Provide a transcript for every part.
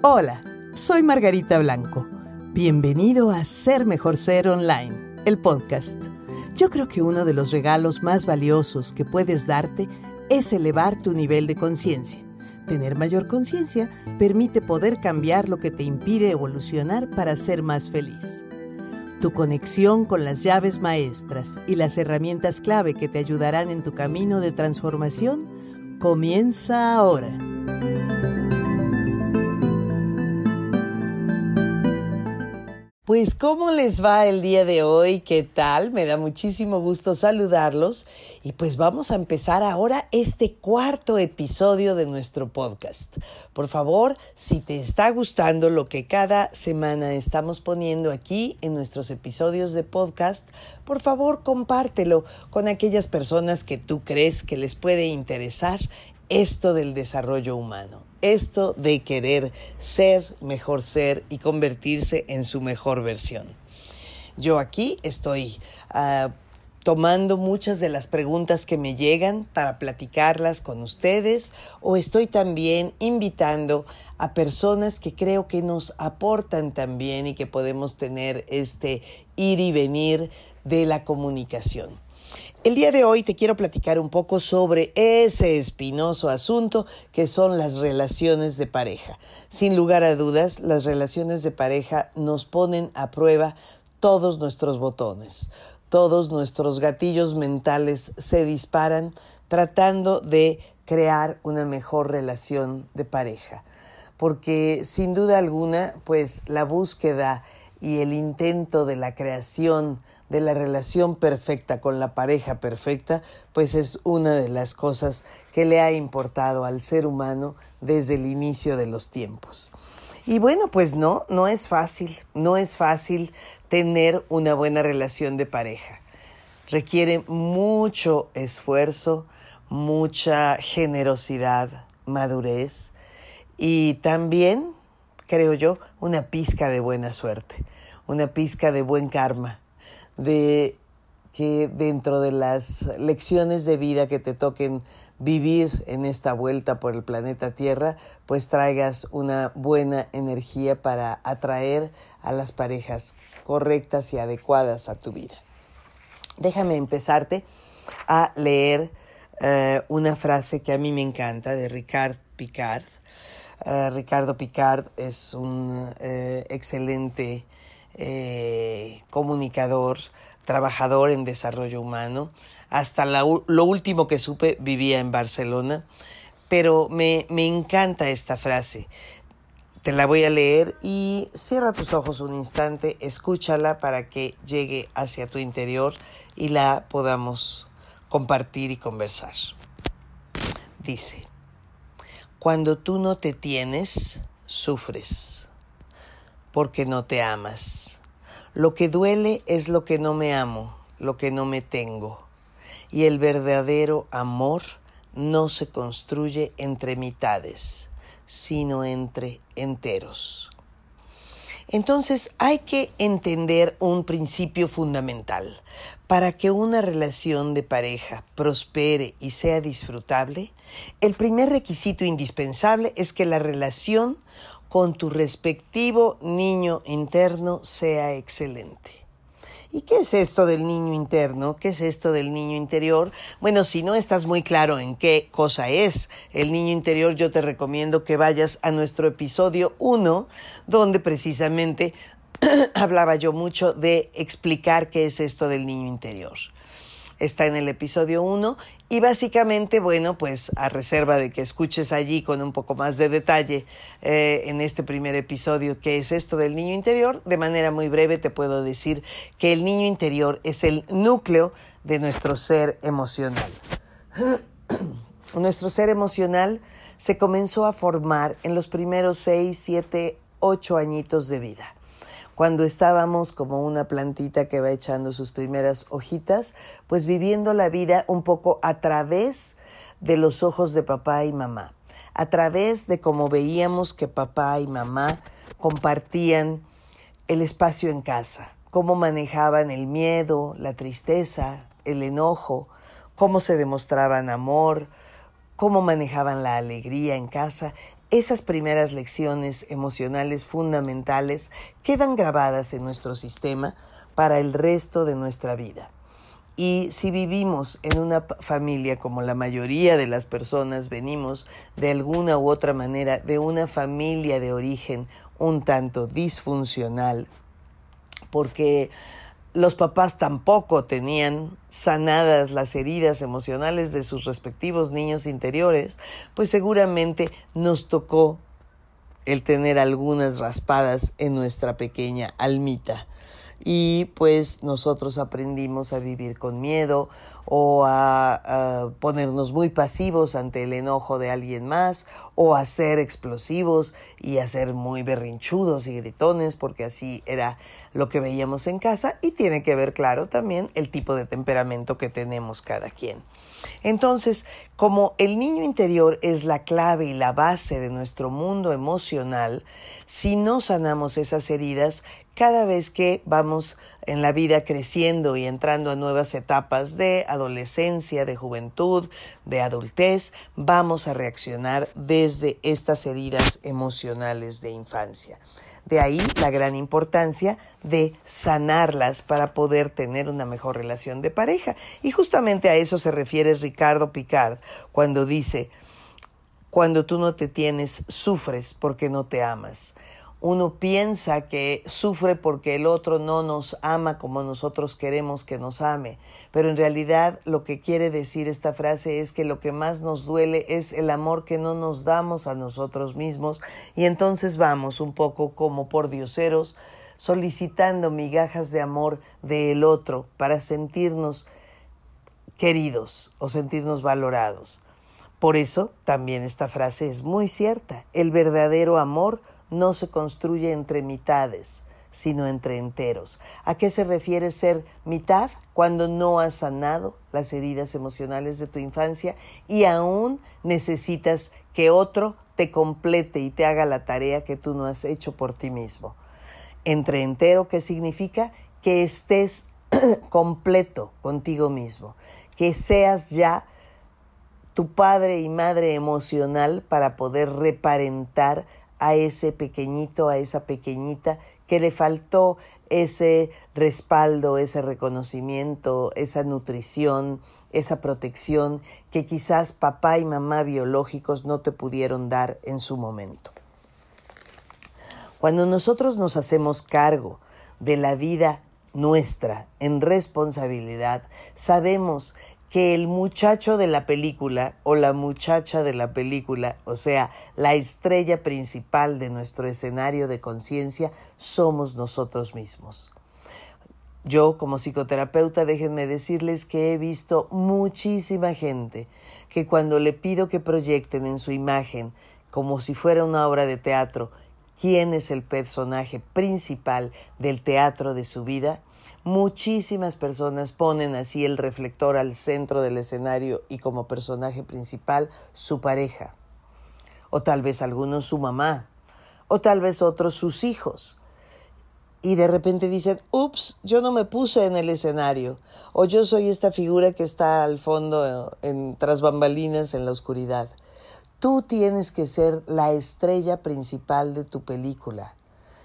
Hola, soy Margarita Blanco. Bienvenido a Ser Mejor Ser Online, el podcast. Yo creo que uno de los regalos más valiosos que puedes darte es elevar tu nivel de conciencia. Tener mayor conciencia permite poder cambiar lo que te impide evolucionar para ser más feliz. Tu conexión con las llaves maestras y las herramientas clave que te ayudarán en tu camino de transformación comienza ahora. Pues, ¿cómo les va el día de hoy? ¿Qué tal? Me da muchísimo gusto saludarlos. Y pues vamos a empezar ahora este cuarto episodio de nuestro podcast. Por favor, si te está gustando lo que cada semana estamos poniendo aquí en nuestros episodios de podcast, por favor, compártelo con aquellas personas que tú crees que les puede interesar esto del desarrollo humano. Esto de querer ser, mejor ser y convertirse en su mejor versión. Yo aquí estoy tomando muchas de las preguntas que me llegan para platicarlas con ustedes, o estoy también invitando a personas que creo que nos aportan también y que podemos tener este ir y venir de la comunicación. El día de hoy te quiero platicar un poco sobre ese espinoso asunto que son las relaciones de pareja. Sin lugar a dudas, las relaciones de pareja nos ponen a prueba todos nuestros botones. Todos nuestros gatillos mentales se disparan tratando de crear una mejor relación de pareja. Porque sin duda alguna, pues la búsqueda y el intento de la creación de la relación perfecta con la pareja perfecta, pues es una de las cosas que le ha importado al ser humano desde el inicio de los tiempos. Y bueno, pues no es fácil tener una buena relación de pareja. Requiere mucho esfuerzo, mucha generosidad, madurez y también, creo yo, una pizca de buena suerte, una pizca de buen karma, de que dentro de las lecciones de vida que te toquen vivir en esta vuelta por el planeta Tierra, pues traigas una buena energía para atraer a las parejas correctas y adecuadas a tu vida. Déjame empezarte a leer una frase que a mí me encanta de Ricard Picard. Ricardo Picard es un excelente comunicador, trabajador en desarrollo humano. Hasta lo último que supe vivía en Barcelona, pero me encanta esta frase. Te la voy a leer y cierra tus ojos un instante, escúchala para que llegue hacia tu interior y la podamos compartir y conversar. Dice: cuando tú no te tienes, sufres, porque no te amas. Lo que duele es lo que no me amo, lo que no me tengo. Y el verdadero amor no se construye entre mitades, sino entre enteros. Entonces hay que entender un principio fundamental. Para que una relación de pareja prospere y sea disfrutable, el primer requisito indispensable es que la relación con tu respectivo niño interno sea excelente. ¿Y qué es esto del niño interno? ¿Qué es esto del niño interior? Bueno, si no estás muy claro en qué cosa es el niño interior, yo te recomiendo que vayas a nuestro episodio 1, donde precisamente hablaba yo mucho de explicar qué es esto del niño interior. Está en el episodio 1 y básicamente, bueno, pues a reserva de que escuches allí con un poco más de detalle en este primer episodio qué es esto del niño interior, de manera muy breve te puedo decir que el niño interior es el núcleo de nuestro ser emocional. Nuestro ser emocional se comenzó a formar en los primeros 6, 7, 8 añitos de vida. Cuando estábamos como una plantita que va echando sus primeras hojitas, pues viviendo la vida un poco a través de los ojos de papá y mamá, a través de cómo veíamos que papá y mamá compartían el espacio en casa, cómo manejaban el miedo, la tristeza, el enojo, cómo se demostraban amor, cómo manejaban la alegría en casa. esas primeras lecciones emocionales fundamentales quedan grabadas en nuestro sistema para el resto de nuestra vida. Y si vivimos en una familia, como la mayoría de las personas venimos de alguna u otra manera de una familia de origen un tanto disfuncional, porque los papás tampoco tenían sanadas las heridas emocionales de sus respectivos niños interiores, pues seguramente nos tocó el tener algunas raspadas en nuestra pequeña almita. Y pues nosotros aprendimos a vivir con miedo o a ponernos muy pasivos ante el enojo de alguien más, o a ser explosivos y a ser muy berrinchudos y gritones, porque así era lo que veíamos en casa, y tiene que ver, claro, también el tipo de temperamento que tenemos cada quien. Entonces, como el niño interior es la clave y la base de nuestro mundo emocional, si no sanamos esas heridas, cada vez que vamos en la vida creciendo y entrando a nuevas etapas de adolescencia, de juventud, de adultez, vamos a reaccionar desde estas heridas emocionales de infancia. De ahí la gran importancia de sanarlas para poder tener una mejor relación de pareja. Y justamente a eso se refiere Ricardo Picard cuando dice: cuando tú no te tienes, sufres porque no te amas. Uno piensa que sufre porque el otro no nos ama como nosotros queremos que nos ame, pero en realidad lo que quiere decir esta frase es que lo que más nos duele es el amor que no nos damos a nosotros mismos, y entonces vamos un poco como por dioseros solicitando migajas de amor del otro para sentirnos queridos o sentirnos valorados. Por eso también esta frase es muy cierta: el verdadero amor no se construye entre mitades, sino entre enteros. ¿A qué se refiere ser mitad? Cuando no has sanado las heridas emocionales de tu infancia y aún necesitas que otro te complete y te haga la tarea que tú no has hecho por ti mismo. Entre entero, ¿qué significa? Que estés completo contigo mismo, que seas ya tu padre y madre emocional para poder reparentar a ese pequeñito, a esa pequeñita que le faltó ese respaldo, ese reconocimiento, esa nutrición, esa protección que quizás papá y mamá biológicos no te pudieron dar en su momento. Cuando nosotros nos hacemos cargo de la vida nuestra en responsabilidad, sabemos que el muchacho de la película o la muchacha de la película, o sea, la estrella principal de nuestro escenario de conciencia, somos nosotros mismos. Yo, como psicoterapeuta, déjenme decirles que he visto muchísima gente que cuando le pido que proyecten en su imagen, como si fuera una obra de teatro, quién es el personaje principal del teatro de su vida, muchísimas personas ponen así el reflector al centro del escenario y como personaje principal su pareja, o tal vez algunos su mamá, o tal vez otros sus hijos. Y de repente dicen: ups, yo no me puse en el escenario, o yo soy esta figura que está al fondo, tras bambalinas en la oscuridad. Tú tienes que ser la estrella principal de tu película.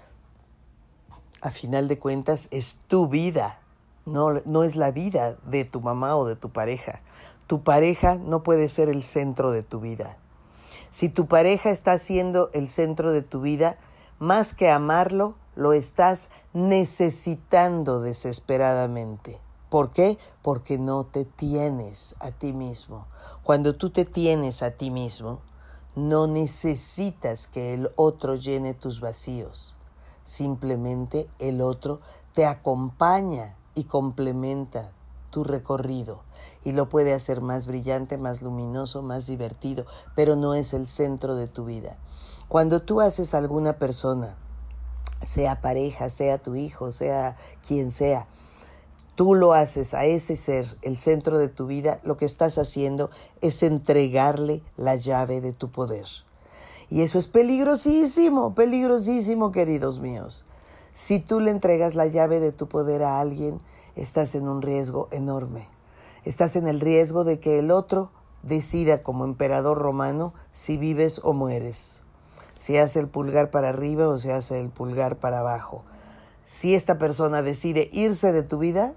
A final de cuentas es tu vida, no es la vida de tu mamá o de tu pareja. Tu pareja no puede ser el centro de tu vida. Si tu pareja está siendo el centro de tu vida, más que amarlo, lo estás necesitando desesperadamente. ¿Por qué? Porque no te tienes a ti mismo. Cuando tú te tienes a ti mismo, no necesitas que el otro llene tus vacíos. Simplemente el otro te acompaña y complementa tu recorrido y lo puede hacer más brillante, más luminoso, más divertido, pero no es el centro de tu vida. Cuando tú haces a alguna persona, sea pareja, sea tu hijo, sea quien sea, tú lo haces a ese ser, el centro de tu vida, lo que estás haciendo es entregarle la llave de tu poder. Y eso es peligrosísimo, peligrosísimo, queridos míos. Si tú le entregas la llave de tu poder a alguien, estás en un riesgo enorme. Estás en el riesgo de que el otro decida como emperador romano si vives o mueres. si hace el pulgar para arriba o si hace el pulgar para abajo. Si esta persona decide irse de tu vida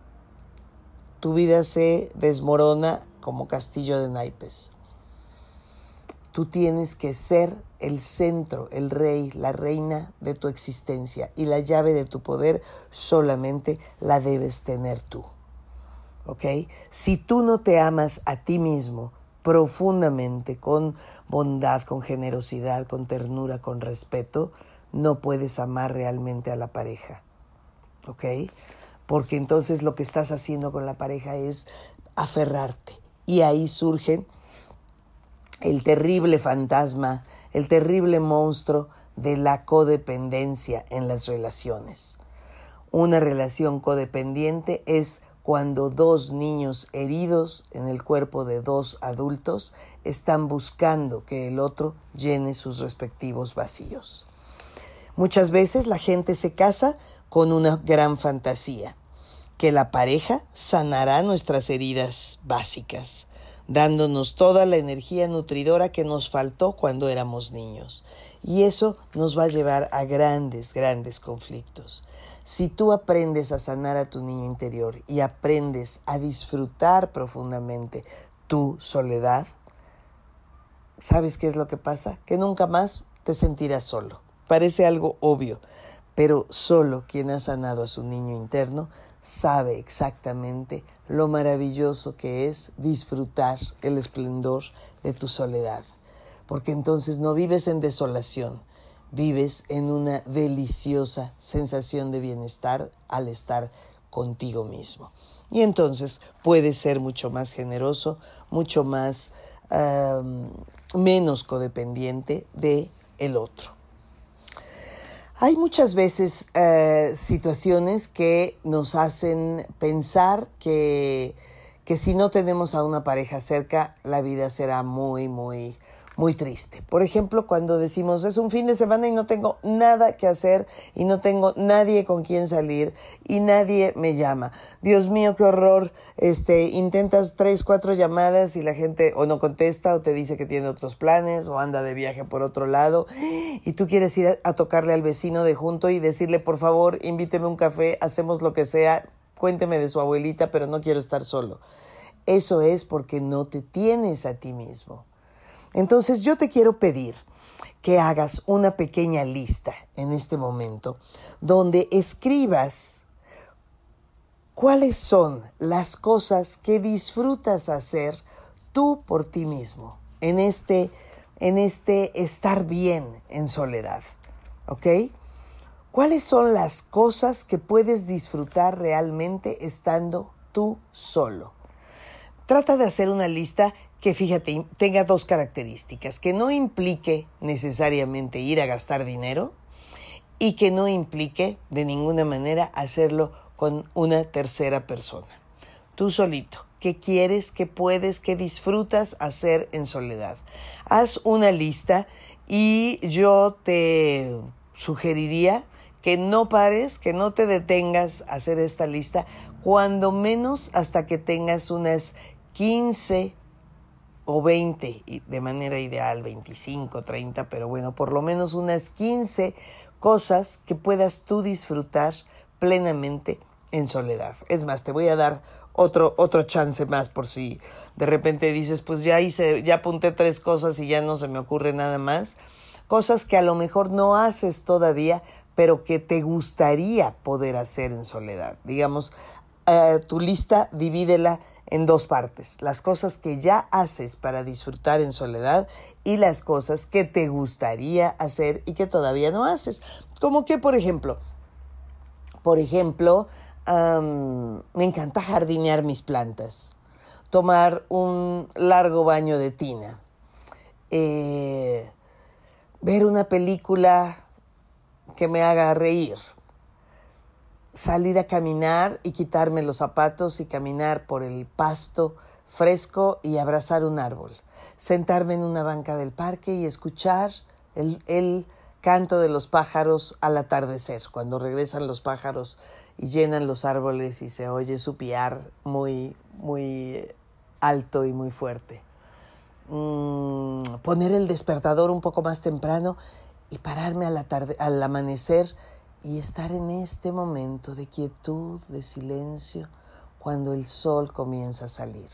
se desmorona como castillo de naipes. Tú tienes que ser el centro, el rey, la reina de tu existencia, y la llave de tu poder solamente la debes tener tú. ¿Ok? Si tú no te amas a ti mismo profundamente, con bondad, con generosidad, con ternura, con respeto, no puedes amar realmente a la pareja. ¿Ok? Porque entonces lo que estás haciendo con la pareja es aferrarte. Y ahí surge el terrible fantasma, el terrible monstruo de la codependencia en las relaciones. Una relación codependiente es cuando dos niños heridos en el cuerpo de dos adultos están buscando que el otro llene sus respectivos vacíos. Muchas veces la gente se casa con una gran fantasía, que la pareja sanará nuestras heridas básicas, dándonos toda la energía nutridora que nos faltó cuando éramos niños. Y eso nos va a llevar a grandes, grandes conflictos. Si tú aprendes a sanar a tu niño interior y aprendes a disfrutar profundamente tu soledad, ¿sabes qué es lo que pasa? Que nunca más te sentirás solo. Parece algo obvio, pero solo quien ha sanado a su niño interno sabe exactamente lo maravilloso que es disfrutar el esplendor de tu soledad. Porque entonces no vives en desolación, vives en una deliciosa sensación de bienestar al estar contigo mismo. Y entonces puedes ser mucho más generoso, mucho más menos codependiente de el otro. Hay muchas veces situaciones que nos hacen pensar que si no tenemos a una pareja cerca, la vida será muy, muy, muy triste. Por ejemplo, cuando decimos, es un fin de semana y no tengo nada que hacer y no tengo nadie con quien salir y nadie me llama. Dios mío, qué horror. Intentas 3, 4 llamadas y la gente o no contesta o te dice que tiene otros planes o anda de viaje por otro lado y tú quieres ir a tocarle al vecino de junto y decirle, por favor, invíteme un café, hacemos lo que sea, cuénteme de su abuelita, pero no quiero estar solo. Eso es porque no te tienes a ti mismo. Entonces yo te quiero pedir que hagas una pequeña lista en este momento donde escribas cuáles son las cosas que disfrutas hacer tú por ti mismo en este estar bien en soledad, ¿ok? ¿Cuáles son las cosas que puedes disfrutar realmente estando tú solo? Trata de hacer una lista que, fíjate, tenga 2 características, que no implique necesariamente ir a gastar dinero y que no implique de ninguna manera hacerlo con una tercera persona. Tú solito, ¿qué quieres, qué puedes, qué disfrutas hacer en soledad? Haz una lista y yo te sugeriría que no pares, que no te detengas a hacer esta lista, cuando menos hasta que tengas unas 15 o 20, de manera ideal 25, 30, pero bueno, por lo menos unas 15 cosas que puedas tú disfrutar plenamente en soledad. Es más, te voy a dar otro chance más por si de repente dices, pues ya apunté 3 cosas y ya no se me ocurre nada más. Cosas que a lo mejor no haces todavía, pero que te gustaría poder hacer en soledad. Digamos, tu lista divídela en 2 partes, las cosas que ya haces para disfrutar en soledad y las cosas que te gustaría hacer y que todavía no haces. Como que, por ejemplo, me encanta jardinear mis plantas, tomar un largo baño de tina, ver una película que me haga reír, salir a caminar y quitarme los zapatos y caminar por el pasto fresco y abrazar un árbol. Sentarme en una banca del parque y escuchar el canto de los pájaros al atardecer, cuando regresan los pájaros y llenan los árboles y se oye su piar muy, muy alto y muy fuerte. poner el despertador un poco más temprano y pararme al amanecer y estar en este momento de quietud, de silencio, cuando el sol comienza a salir.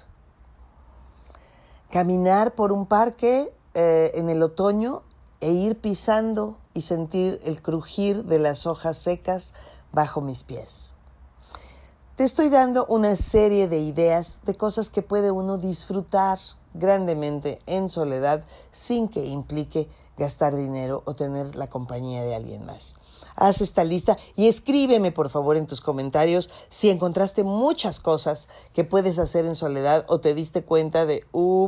Caminar por un parque en el otoño e ir pisando y sentir el crujir de las hojas secas bajo mis pies. Te estoy dando una serie de ideas de cosas que puede uno disfrutar grandemente en soledad sin que implique gastar dinero o tener la compañía de alguien más. Haz esta lista y escríbeme por favor en tus comentarios si encontraste muchas cosas que puedes hacer en soledad o te diste cuenta de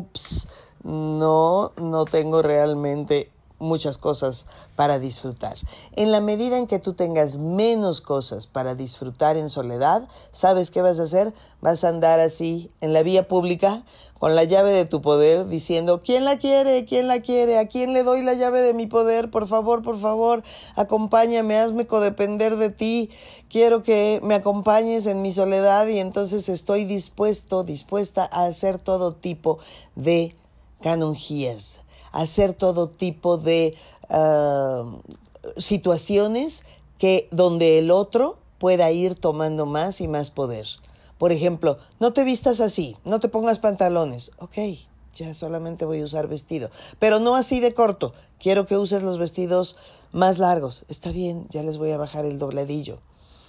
no tengo realmente muchas cosas para disfrutar. En la medida en que tú tengas menos cosas para disfrutar en soledad, ¿sabes qué vas a hacer? Vas a andar así en la vía pública con la llave de tu poder diciendo, ¿quién la quiere? ¿Quién la quiere? ¿A quién le doy la llave de mi poder? Por favor, acompáñame, hazme codepender de ti. Quiero que me acompañes en mi soledad y entonces estoy dispuesta a hacer todo tipo de canonjías, hacer todo tipo de situaciones donde el otro pueda ir tomando más y más poder. Por ejemplo, no te vistas así, no te pongas pantalones. Ok, ya solamente voy a usar vestido, pero no así de corto. Quiero que uses los vestidos más largos. Está bien, ya les voy a bajar el dobladillo.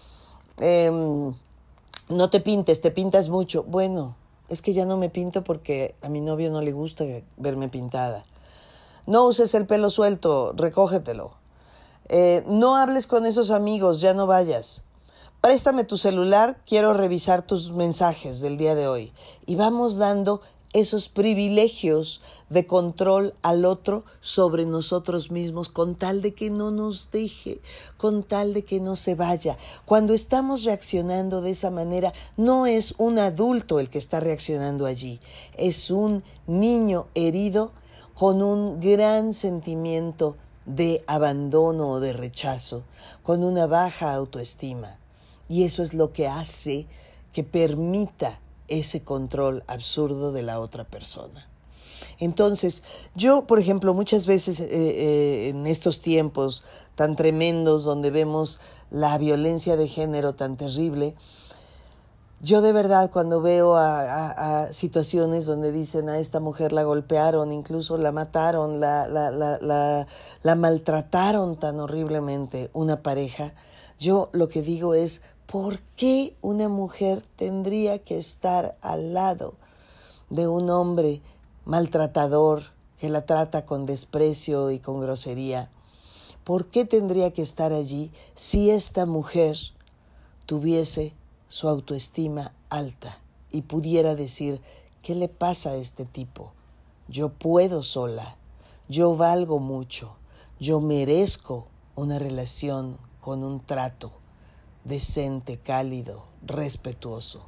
No te pintes, te pintas mucho. Bueno, es que ya no me pinto porque a mi novio no le gusta verme pintada. No uses el pelo suelto, recógetelo. No hables con esos amigos, ya no vayas. Préstame tu celular, quiero revisar tus mensajes del día de hoy. Y vamos dando esos privilegios de control al otro sobre nosotros mismos con tal de que no nos deje, con tal de que no se vaya. Cuando estamos reaccionando de esa manera, no es un adulto el que está reaccionando allí, es un niño herido con un gran sentimiento de abandono o de rechazo, con una baja autoestima. Y eso es lo que hace que permita ese control absurdo de la otra persona. Entonces, yo, por ejemplo, muchas veces en estos tiempos tan tremendos donde vemos la violencia de género tan terrible, yo de verdad cuando veo a situaciones donde dicen a esta mujer la golpearon, incluso la mataron, la maltrataron tan horriblemente una pareja, yo lo que digo es, ¿por qué una mujer tendría que estar al lado de un hombre maltratador que la trata con desprecio y con grosería? ¿Por qué tendría que estar allí si esta mujer tuviese su autoestima alta y pudiera decir, ¿qué le pasa a este tipo? Yo puedo sola, yo valgo mucho, yo merezco una relación con un trato decente, cálido, respetuoso.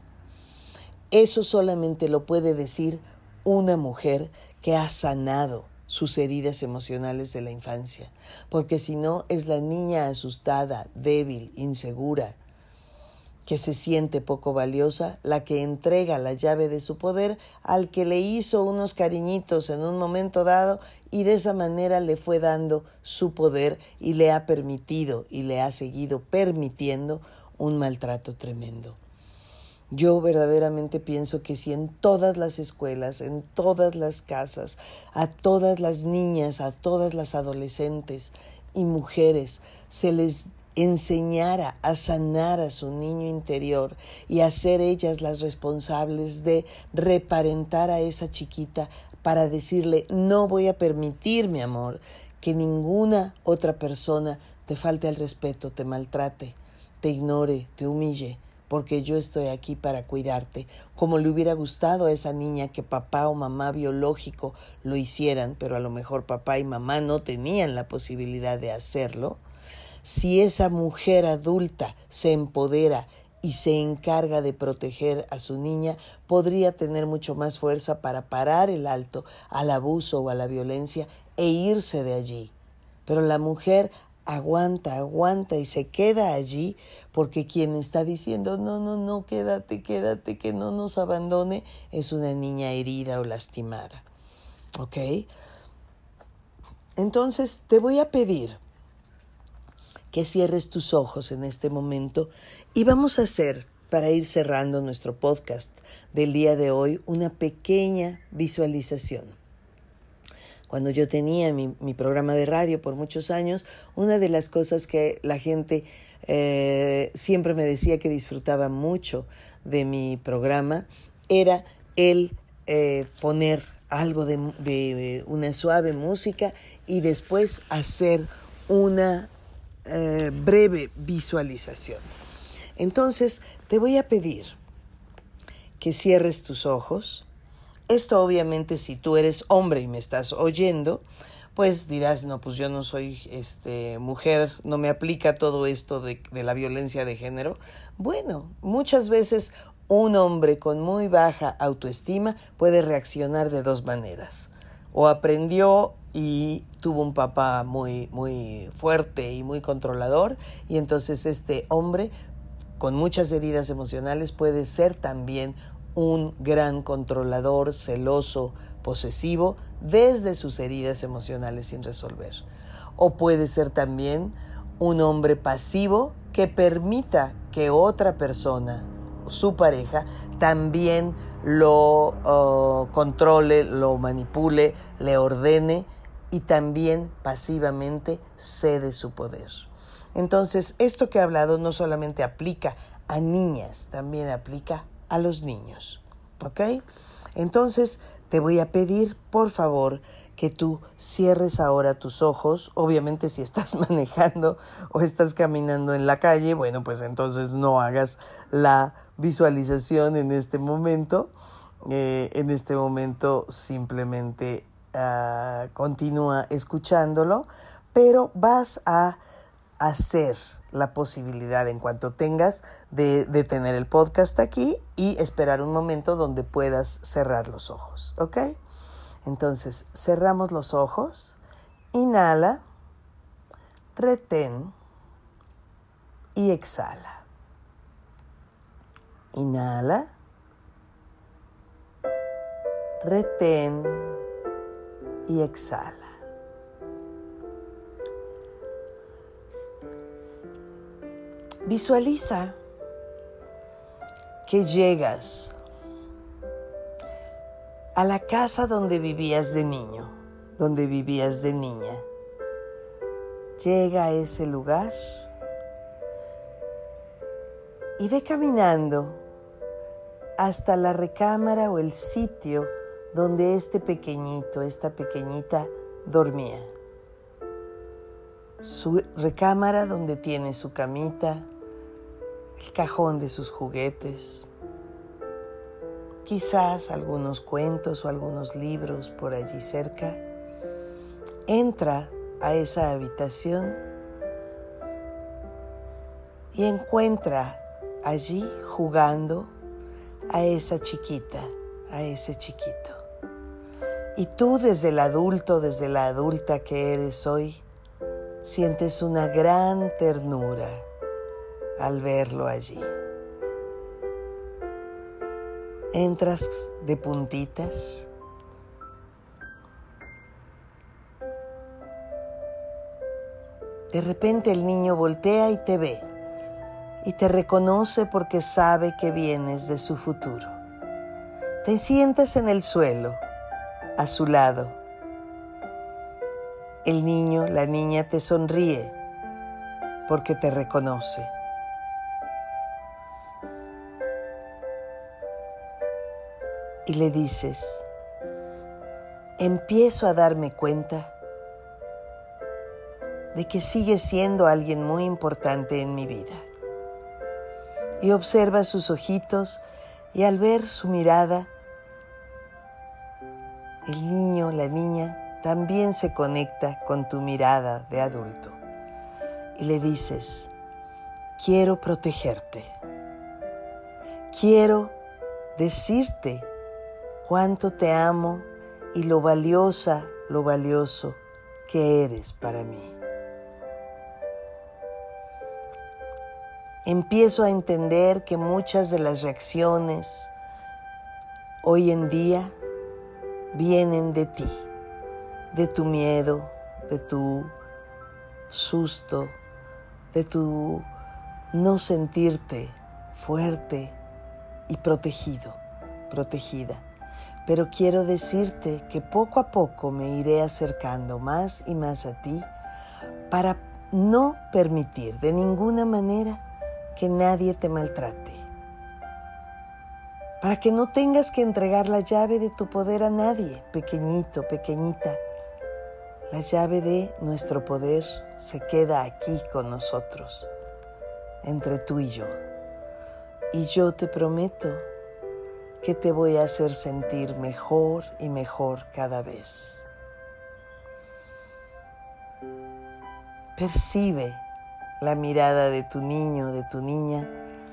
Eso solamente lo puede decir una mujer que ha sanado sus heridas emocionales de la infancia, porque si no es la niña asustada, débil, insegura, que se siente poco valiosa, la que entrega la llave de su poder al que le hizo unos cariñitos en un momento dado y de esa manera le fue dando su poder y le ha permitido y le ha seguido permitiendo un maltrato tremendo. Yo verdaderamente pienso que si en todas las escuelas, en todas las casas, a todas las niñas, a todas las adolescentes y mujeres se les enseñara a sanar a su niño interior y a ser ellas las responsables de reparentar a esa chiquita para decirle, no voy a permitir, mi amor, que ninguna otra persona te falte al respeto, te maltrate, te ignore, te humille, porque yo estoy aquí para cuidarte, como le hubiera gustado a esa niña que papá o mamá biológico lo hicieran, pero a lo mejor papá y mamá no tenían la posibilidad de hacerlo. Si esa mujer adulta se empodera y se encarga de proteger a su niña, podría tener mucho más fuerza para parar el alto al abuso o a la violencia e irse de allí. Pero la mujer aguanta y se queda allí porque quien está diciendo no, quédate, que no nos abandone, es una niña herida o lastimada. ¿Ok? Entonces te voy a pedir que cierres tus ojos en este momento y vamos a hacer, para ir cerrando nuestro podcast del día de hoy, una pequeña visualización. Cuando yo tenía mi programa de radio por muchos años, una de las cosas que la gente siempre me decía que disfrutaba mucho de mi programa era el poner algo de una suave música y después hacer una breve visualización. Entonces, te voy a pedir que cierres tus ojos. Esto obviamente si tú eres hombre y me estás oyendo, pues dirás, no, pues yo no soy mujer, no me aplica todo esto de la violencia de género. Bueno, muchas veces un hombre con muy baja autoestima puede reaccionar de dos maneras. O aprendió y tuvo un papá muy fuerte y muy controlador, y entonces este hombre con muchas heridas emocionales puede ser también un gran controlador, celoso, posesivo, desde sus heridas emocionales sin resolver. O puede ser también un hombre pasivo que permita que otra persona, su pareja, también lo controle, lo manipule, le ordene y también pasivamente cede su poder. Entonces, esto que he hablado no solamente aplica a niñas, también aplica a los niños, ¿ok? Entonces, te voy a pedir, por favor, que tú cierres ahora tus ojos. Obviamente, si estás manejando o estás caminando en la calle, bueno, pues entonces no hagas la visualización en este momento. En este momento simplemente continúa escuchándolo, pero vas a hacer la posibilidad en cuanto tengas de tener el podcast aquí y esperar un momento donde puedas cerrar los ojos, ¿ok? Entonces, cerramos los ojos, inhala, retén y exhala. Inhala, retén y exhala. Visualiza que llegas a la casa donde vivías de niño, donde vivías de niña. Llega a ese lugar y ve caminando hasta la recámara o el sitio donde este pequeñito, esta pequeñita dormía. Su recámara donde tiene su camita, el cajón de sus juguetes, quizás algunos cuentos o algunos libros por allí cerca. Entra a esa habitación y encuentra allí jugando a esa chiquita, a ese chiquito. Y tú desde el adulto, desde la adulta que eres hoy, sientes una gran ternura al verlo allí. Entras de puntitas. De repente el niño voltea y te ve y te reconoce porque sabe que vienes de su futuro. Te sientas en el suelo, a su lado. El niño, la niña te sonríe porque te reconoce. Y le dices, empiezo a darme cuenta de que sigues siendo alguien muy importante en mi vida. Y observa sus ojitos y al ver su mirada, el niño, la niña, también se conecta con tu mirada de adulto. Y le dices, quiero protegerte. Quiero decirte cuánto te amo y lo valioso que eres para mí. Empiezo a entender que muchas de las reacciones hoy en día vienen de ti, de tu miedo, de tu susto, de tu no sentirte fuerte y protegida. Pero quiero decirte que poco a poco me iré acercando más y más a ti para no permitir de ninguna manera que nadie te maltrate. Para que no tengas que entregar la llave de tu poder a nadie, pequeñito, pequeñita. La llave de nuestro poder se queda aquí con nosotros, entre tú y yo. Y yo te prometo que te voy a hacer sentir mejor y mejor cada vez. Percibe la mirada de tu niño, de tu niña,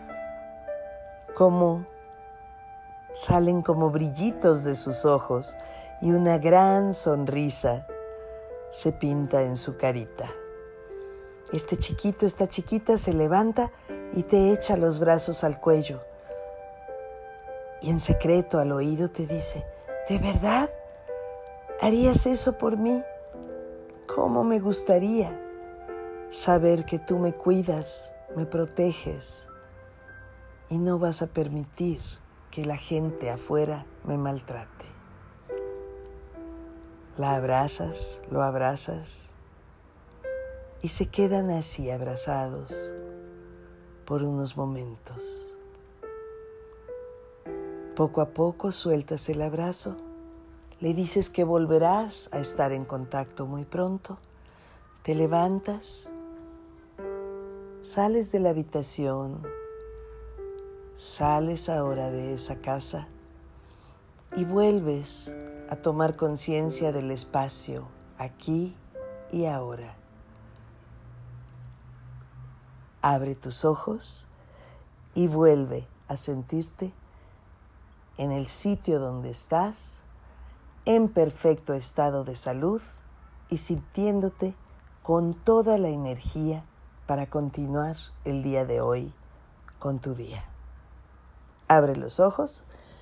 cómo salen como brillitos de sus ojos y una gran sonrisa se pinta en su carita. Este chiquito, esta chiquita se levanta y te echa los brazos al cuello. Y en secreto al oído te dice, ¿de verdad? ¿Harías eso por mí? ¿Cómo me gustaría saber que tú me cuidas, me proteges y no vas a permitir que la gente afuera me maltrate? La abrazas, lo abrazas y se quedan así abrazados por unos momentos. Poco a poco sueltas el abrazo, le dices que volverás a estar en contacto muy pronto, te levantas, sales de la habitación, sales ahora de esa casa y vuelves a tomar conciencia del espacio aquí y ahora. Abre tus ojos y vuelve a sentirte en el sitio donde estás, en perfecto estado de salud y sintiéndote con toda la energía para continuar el día de hoy con tu día. Abre los ojos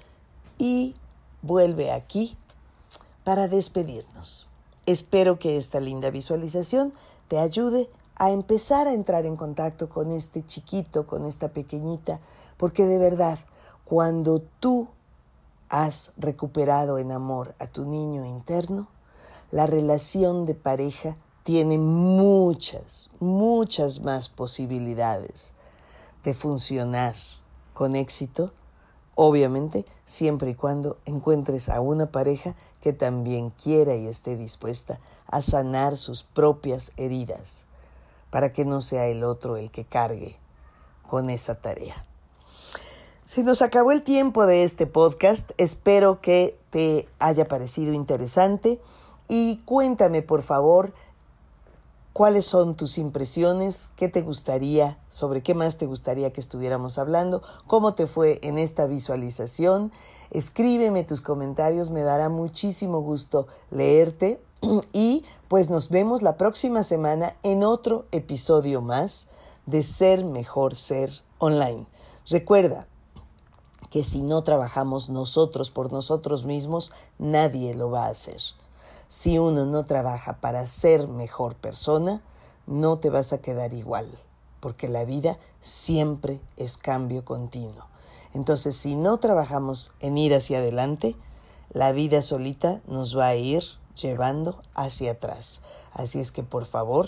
y vuelve aquí para despedirnos. Espero que esta linda visualización te ayude a empezar a entrar en contacto con este chiquito, con esta pequeñita, porque de verdad, cuando tú has recuperado en amor a tu niño interno, la relación de pareja tiene muchas más posibilidades de funcionar con éxito, obviamente siempre y cuando encuentres a una pareja que también quiera y esté dispuesta a sanar sus propias heridas, para que no sea el otro el que cargue con esa tarea. Se nos acabó el tiempo de este podcast. Espero que te haya parecido interesante y cuéntame, por favor, cuáles son tus impresiones, qué te gustaría, sobre qué más te gustaría que estuviéramos hablando, cómo te fue en esta visualización. Escríbeme tus comentarios, me dará muchísimo gusto leerte y pues nos vemos la próxima semana en otro episodio más de Ser Mejor Ser Online. Recuerda que si no trabajamos nosotros por nosotros mismos, nadie lo va a hacer. Si uno no trabaja para ser mejor persona, no te vas a quedar igual, porque la vida siempre es cambio continuo. Entonces, si no trabajamos en ir hacia adelante, la vida solita nos va a ir llevando hacia atrás. Así es que, por favor,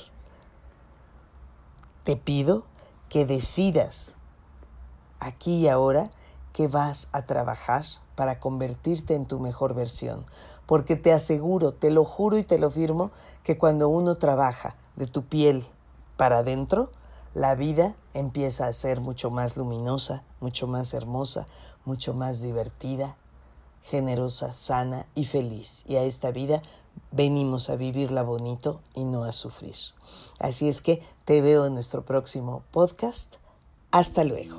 te pido que decidas aquí y ahora que vas a trabajar para convertirte en tu mejor versión. Porque te aseguro, te lo juro y te lo firmo, que cuando uno trabaja de tu piel para adentro, la vida empieza a ser mucho más luminosa, mucho más hermosa, mucho más divertida, generosa, sana y feliz. Y a esta vida venimos a vivirla bonito y no a sufrir. Así es que te veo en nuestro próximo podcast. Hasta luego.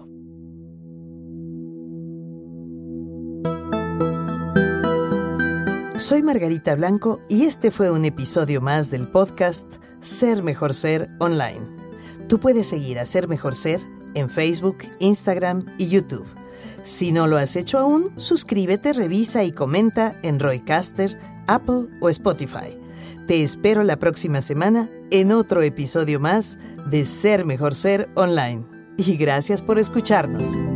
Soy Margarita Blanco y este fue un episodio más del podcast Ser Mejor Ser Online. Tú puedes seguir a Ser Mejor Ser en Facebook, Instagram y YouTube. Si no lo has hecho aún, suscríbete, revisa y comenta en Roycaster, Apple o Spotify. Te espero la próxima semana en otro episodio más de Ser Mejor Ser Online. Y gracias por escucharnos.